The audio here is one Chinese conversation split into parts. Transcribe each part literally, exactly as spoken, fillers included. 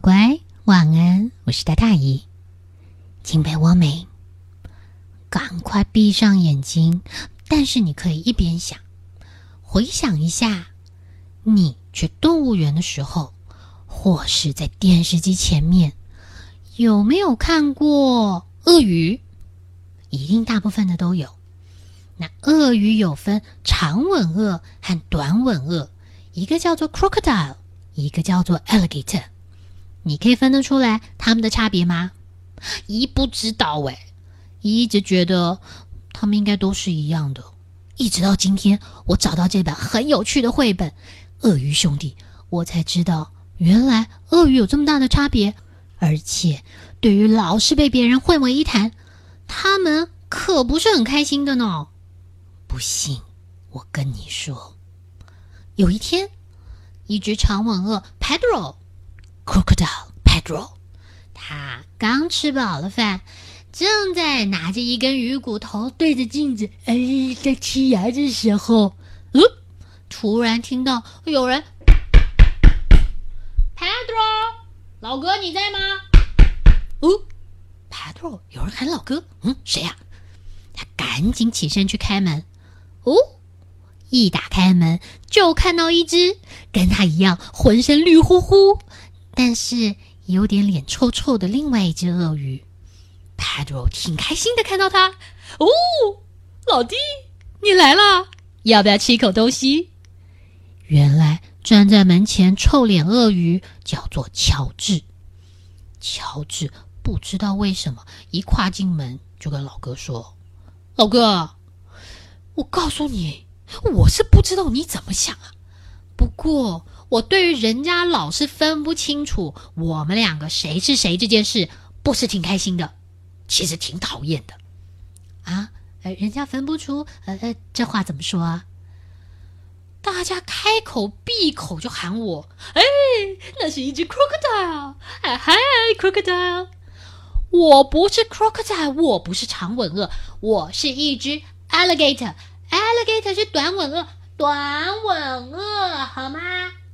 乖，晚安，我是大大姨。进被窝没？赶快闭上眼睛，但是你可以一边想，回想一下你去动物园的时候，或是在电视机前面，有没有看过鳄鱼？一定大部分的都有。那鳄鱼有分长吻鳄和短吻鳄，一个叫做 crocodile， 一个叫做 alligator。你可以分得出来它们的差别吗？姨不知道诶，姨一直觉得它们应该都是一样的。一直到今天，我找到这本很有趣的绘本《鳄鱼兄弟》，我才知道原来鳄鱼有这么大的差别，而且对于老是被别人混为一谈，他们可不是很开心的呢。不信，我跟你说，有一天，一只长吻鳄 Pedro Crocodile Pedro， 他刚吃饱了饭，正在拿着一根鱼骨头对着镜子哎在剔牙的时候，嗯，突然听到有人 Pedro 老哥你在吗？哦 Pedro 有人喊老哥，嗯，谁呀？他赶紧起身去开门。哦，一打开门就看到一只跟他一样浑身绿乎乎，但是有点脸臭臭的另外一只鳄鱼。 Pedro 挺开心的看到他，哦，老弟你来了，要不要吃一口东西？原来站在门前臭脸鳄鱼叫做乔治。乔治不知道为什么一跨进门就跟老哥说，老哥，我告诉你，我是不知道你怎么想啊，不过我对于人家老是分不清楚我们两个谁是谁这件事，不是挺开心的，其实挺讨厌的啊。呃，人家分不出，呃呃，这话怎么说啊？大家开口闭口就喊我，哎，那是一只 crocodile， 哎嗨 crocodile， 我不是 crocodile， 我不是长吻鳄，我是一只 alligator， alligator 是短吻鳄，短吻鳄好吗？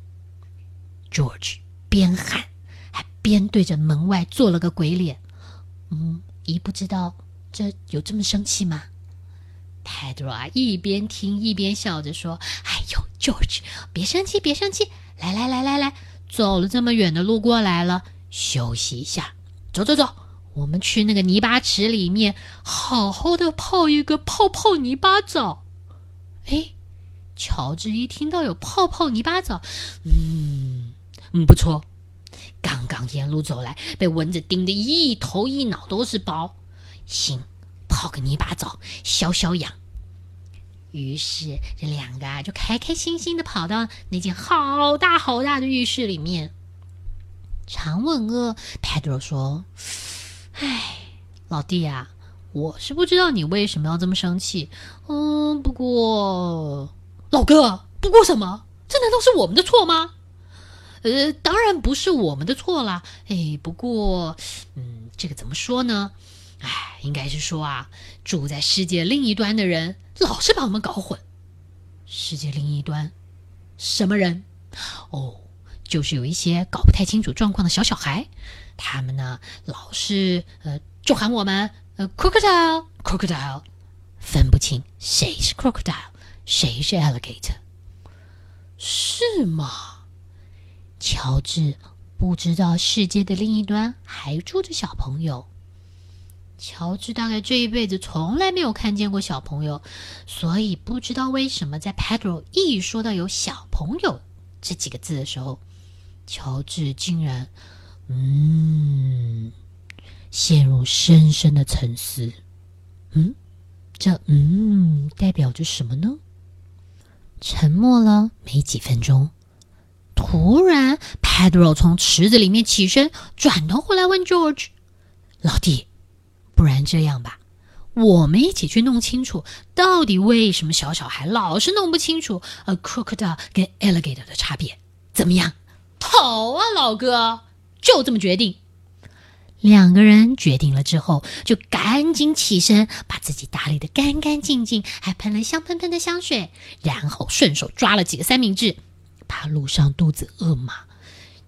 George 边喊还边对着门外做了个鬼脸。嗯，姨不知道这有这么生气吗？Pedro 啊，一边听一边笑着说，哎呦 George 别生气别生气，来来来来来，走了这么远的路过来了，休息一下，走走走，我们去那个泥巴池里面好好的泡一个泡泡泥巴澡。诶，乔治一听到有泡泡泥巴澡，嗯嗯不错，刚刚沿路走来被蚊子叮得一头一脑都是包，行，泡个泥巴澡消消痒。于是这两个啊就开开心心的跑到那间好大好大的浴室里面。长吻鳄 Pedro 说，唉，老弟啊，我是不知道你为什么要这么生气，嗯，不过老哥，不过什么？这难道是我们的错吗？呃，当然不是我们的错啦，哎，不过嗯，这个怎么说呢？哎，应该是说啊，住在世界另一端的人老是把我们搞混。世界另一端什么人？哦，就是有一些搞不太清楚状况的小小孩，他们呢老是呃就喊我们呃 crocodile crocodile， 分不清谁是 crocodile 谁是 alligator。 是吗？乔治不知道世界的另一端还住着小朋友。乔治大概这一辈子从来没有看见过小朋友，所以不知道为什么在 Pedro 一说到有小朋友这几个字的时候，乔治竟然嗯陷入深深的沉思。嗯，这嗯代表着什么呢？沉默了没几分钟，突然 Pedro 从池子里面起身，转头回来问 George， 老弟，不然这样吧，我们一起去弄清楚到底为什么小小孩老是弄不清楚呃 crocodile 跟 alligator 的差别，怎么样？好啊老哥，就这么决定。两个人决定了之后，就赶紧起身，把自己打理得干干净净，还喷了香喷喷的香水，然后顺手抓了几个三明治，怕路上肚子饿嘛，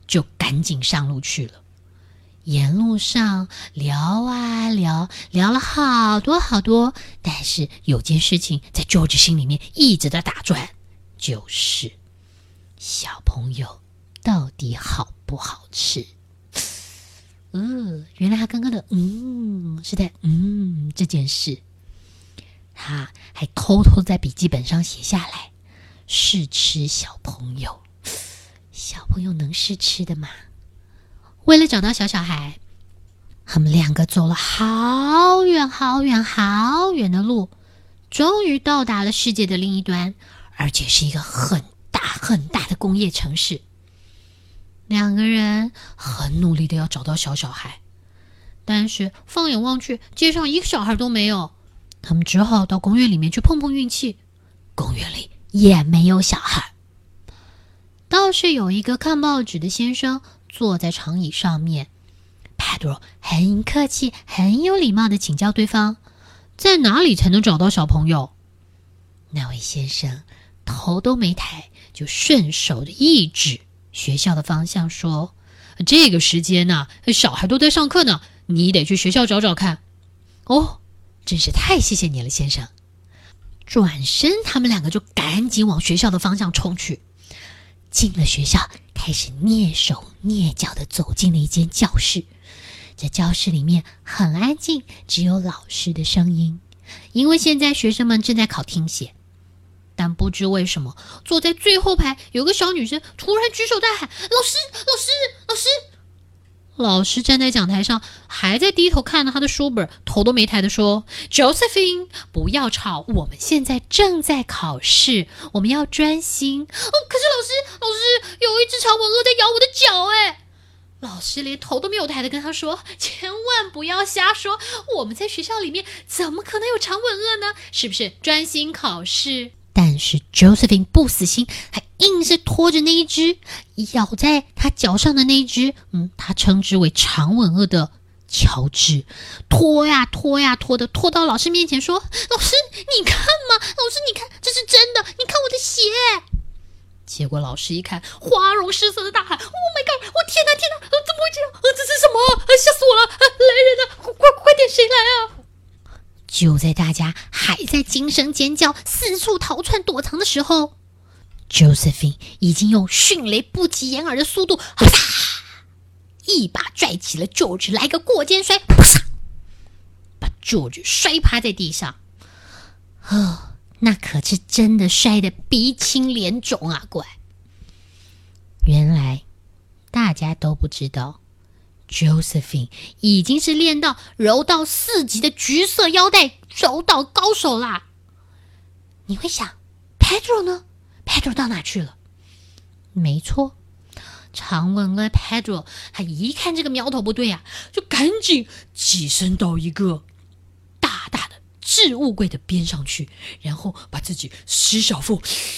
就赶紧上路去了。沿路上聊啊聊，聊了好多好多，但是有件事情在 George 心里面一直在打转，就是小朋友到底好不好吃？呃，原来他刚刚的嗯是在嗯这件事，他还偷偷在笔记本上写下来，试吃小朋友。小朋友能试吃的吗？为了找到小小孩，他们两个走了好远好远好远的路，终于到达了世界的另一端，而且是一个很大很大的工业城市。两个人很努力的要找到小小孩，但是放眼望去，街上一个小孩都没有。他们只好到公园里面去碰碰运气，公园里也没有小孩。倒是有一个看报纸的先生坐在长椅上面， Pedro 很客气很有礼貌的请教对方，在哪里才能找到小朋友？那位先生头都没抬，就顺手的一指学校的方向说，这个时间呢、啊，小孩都在上课呢，你得去学校找找看。哦，真是太谢谢你了，先生。转身他们两个就赶紧往学校的方向冲去。进了学校，开始蹑手蹑脚地走进了一间教室。这教室里面很安静，只有老师的声音，因为现在学生们正在考听写。但不知为什么，坐在最后排有个小女生突然举手大喊，老师老师老师。老师站在讲台上，还在低头看着他的书本，头都没抬的说， Josephine 不要吵，我们现在正在考试，我们要专心。哦，可是老师老师，有一只长吻鳄在咬我的脚哎。老师连头都没有抬的跟他说，千万不要瞎说，我们在学校里面怎么可能有长吻鳄呢？是不是专心考试？但是 Josephine 不死心，还硬是拖着那一只咬在他脚上的那一只，嗯，他称之为长吻鳄的乔治，拖呀拖呀拖的，拖到老师面前说，老师你看嘛，老师你看，这是真的，你看我的血。结果老师一看，花容失色的大喊 Oh my god， 我天哪天哪，怎么会这样、啊、这是什么、啊、吓死我了、啊、来人啊，快快快点，谁来啊？就在大家还在惊声尖叫四处逃窜躲藏的时候， Josephine 已经用迅雷不及掩耳的速度一把拽起了 George， 来个过肩摔，把 George 摔趴在地上。哦，那可是真的摔得鼻青脸肿啊，乖。原来大家都不知道，Josephine 已经是练到柔道四级的橘色腰带柔道高手啦。你会想 Pedro 呢？ Pedro 到哪去了？没错，长吻鳄 Pedro 他一看这个苗头不对啊，就赶紧挤身到一个大大的置物柜的边上去，然后把自己使小腹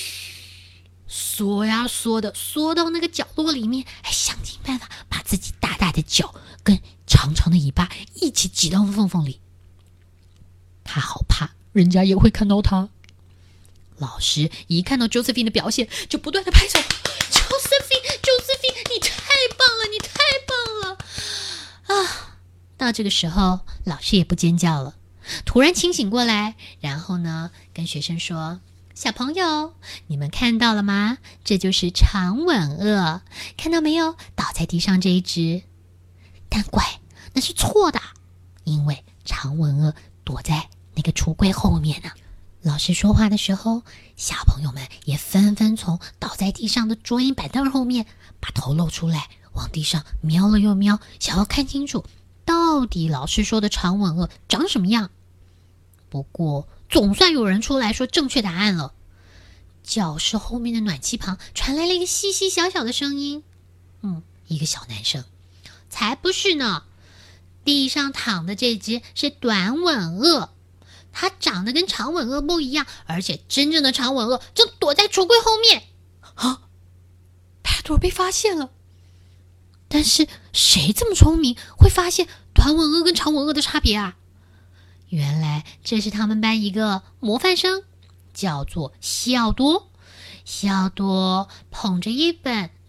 缩呀缩的，缩到那个角落里面，还想尽办法把自己大大的脚跟长长的尾巴一起挤到缝缝里。他好怕人家也会看到他。老师一看到 Josephine 的表现，就不断的拍手， Josephine Josephine 你太棒了，你太棒了啊！到这个时候老师也不尖叫了，突然清醒过来，然后呢跟学生说，小朋友，你们看到了吗？这就是长吻鳄，看到没有？倒在地上这一只。但乖，那是错的，因为长吻鳄躲在那个橱柜后面呢。老师说话的时候，小朋友们也纷纷从倒在地上的桌椅板凳后面把头露出来，往地上瞄了又瞄，想要看清楚到底老师说的长吻鳄长什么样。不过总算有人出来说正确答案了。教室后面的暖气旁传来了一个细细小小的声音，嗯，一个小男生，才不是呢，地上躺的这只是短吻鳄，它长得跟长吻鳄不一样，而且真正的长吻鳄正躲在橱柜后面。啊 Pedro 被发现了。但是谁这么聪明会发现短吻鳄跟长吻鳄的差别啊？原来这是他们班一个模范生，叫做西奥多。西奥多捧着一本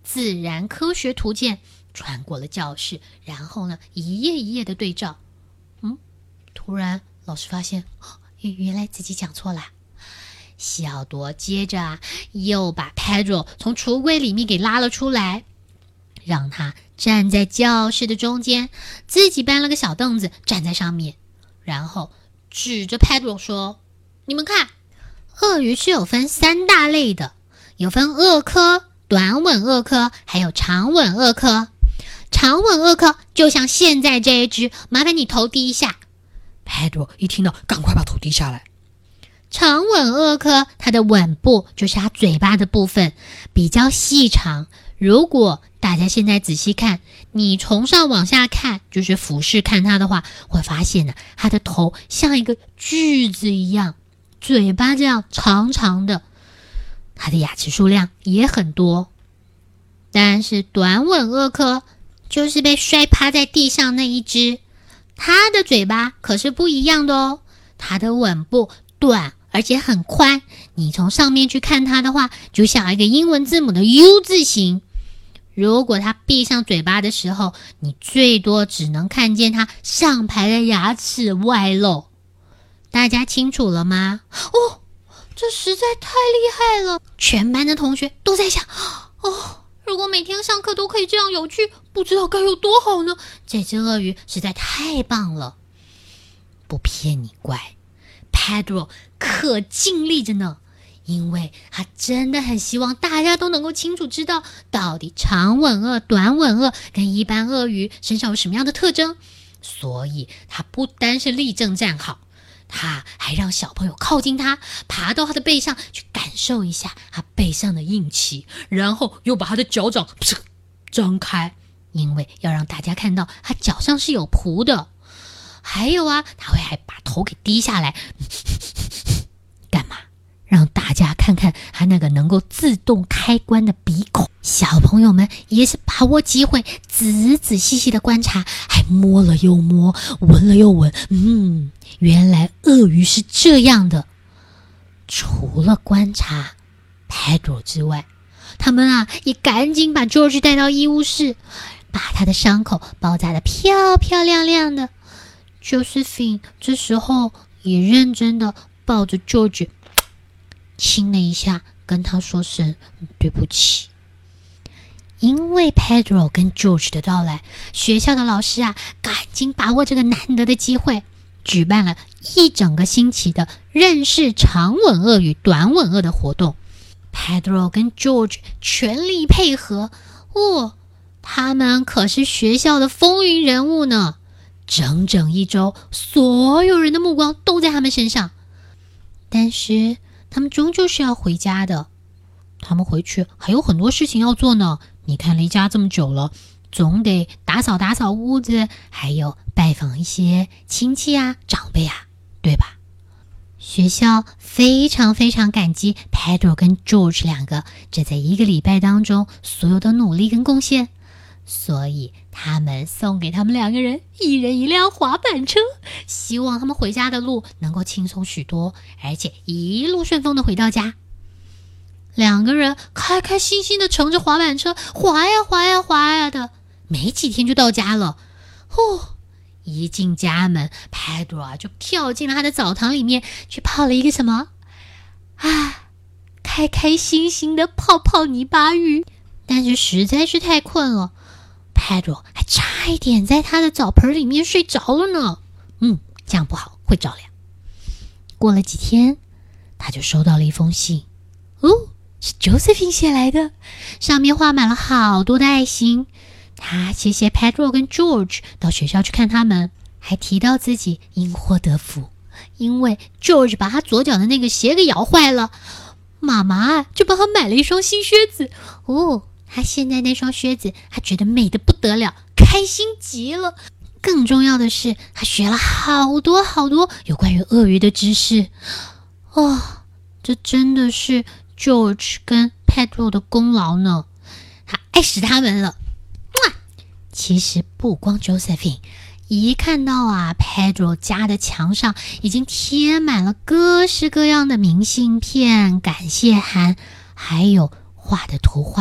自然科学图鉴，穿过了教室，然后呢，一页一页的对照。嗯，突然老师发现，哦，原来自己讲错了。小朵接着啊，又把 Pedro 从橱柜里面给拉了出来，让他站在教室的中间，自己搬了个小凳子站在上面，然后指着 Pedro 说：“你们看，鳄鱼是有分三大类的，有分颚科、短吻颚科，还有长吻颚科。长吻颚科就像现在这一只，麻烦你头低一下。” Pedro 一听到，赶快把头低下来。 长吻颚科，它的吻部就是它嘴巴的部分，比较细长。如果大家现在仔细看，你从上往下看，就是俯视看它的话，会发现呢，它的头像一个锯子一样，嘴巴这样长长的，它的牙齿数量也很多。但是短吻颚科就是被摔趴在地上那一只，它的嘴巴可是不一样的哦，它的吻部短而且很宽，你从上面去看它的话，就像一个英文字母的 U 字形。如果它闭上嘴巴的时候，你最多只能看见它上排的牙齿外露。大家清楚了吗？哦，这实在太厉害了！全班的同学都在想，哦，如果每天上课都可以这样有趣，不知道该有多好呢。这只鳄鱼实在太棒了。不骗你乖，Pedro 可尽力着呢，因为他真的很希望大家都能够清楚知道，到底长吻鳄、短吻鳄跟一般鳄鱼身上有什么样的特征。所以他不单是立正站好，他还让小朋友靠近他，爬到他的背上去感受一下他背上的硬气，然后又把他的脚掌张开，因为要让大家看到他脚上是有蹼的。还有啊，他会还把头给低下来，干嘛？让大家看看他那个能够自动开关的鼻孔。小朋友们也是把握机会，仔仔细细的观察，还摸了又摸，闻了又闻。嗯，原来鳄鱼是这样的。除了观察 Pedro 之外，他们啊也赶紧把 George 带到医务室，把他的伤口包扎得漂漂亮亮的。Josephine 这时候也认真的抱着 George 亲了一下，跟他说声对不起。因为 Pedro 跟 George 的到来，学校的老师啊赶紧把握这个难得的机会，举办了一整个星期的认识长吻鳄与短吻鳄的活动。Pedro 跟 George 全力配合，哦，他们可是学校的风云人物呢。整整一周，所有人的目光都在他们身上。但是他们终究是要回家的，他们回去还有很多事情要做呢。你看离家这么久了，总得打扫打扫屋子，还有拜访一些亲戚啊、长辈啊，对吧？学校非常非常感激 Pedro 跟 George 两个这在一个礼拜当中所有的努力跟贡献，所以他们送给他们两个人一人一辆滑板车，希望他们回家的路能够轻松许多，而且一路顺风的回到家。两个人开开心心的乘着滑板车滑呀滑呀滑呀的，没几天就到家了。哦，一进家门 Pedro 啊就跳进了他的澡堂里面去泡了一个什么啊，开开心心的泡泡泥巴浴。但是实在是太困了， Pedro 还差一点在他的澡盆里面睡着了呢。嗯，这样不好，会着凉。过了几天，他就收到了一封信。哦，是 Josephine 写来的，上面画满了好多的爱心。他谢谢 Pedro 跟 George 到学校去看他们，还提到自己因祸得福，因为 George 把他左脚的那个鞋给咬坏了，妈妈就帮他买了一双新靴子。哦，他现在那双靴子他觉得美得不得了，开心极了。更重要的是，他学了好多好多有关于鳄鱼的知识。哦，这真的是 George 跟 Pedro 的功劳呢，他爱死他们了。其实不光 Josephine， 一看到啊 Pedro 家的墙上已经贴满了各式各样的明信片、感谢函，还有画的图画，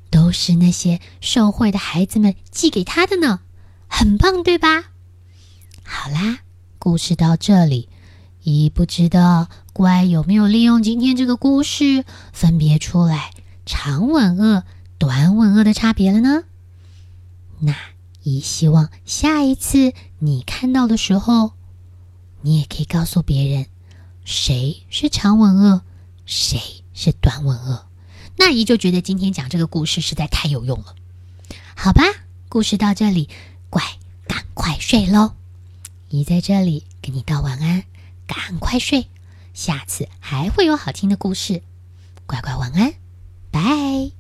都是那些受贿的孩子们寄给他的呢，很棒，对吧？好啦，故事到这里，咦，不知道乖有没有利用今天这个故事分别出来长吻鳄、短吻鳄的差别了呢？那姨希望下一次你看到的时候，你也可以告诉别人谁是长吻鳄，谁是短吻鳄。那姨就觉得今天讲这个故事实在太有用了。好吧，故事到这里，乖，赶快睡咯。姨在这里跟你道晚安，赶快睡，下次还会有好听的故事。乖乖晚安，拜。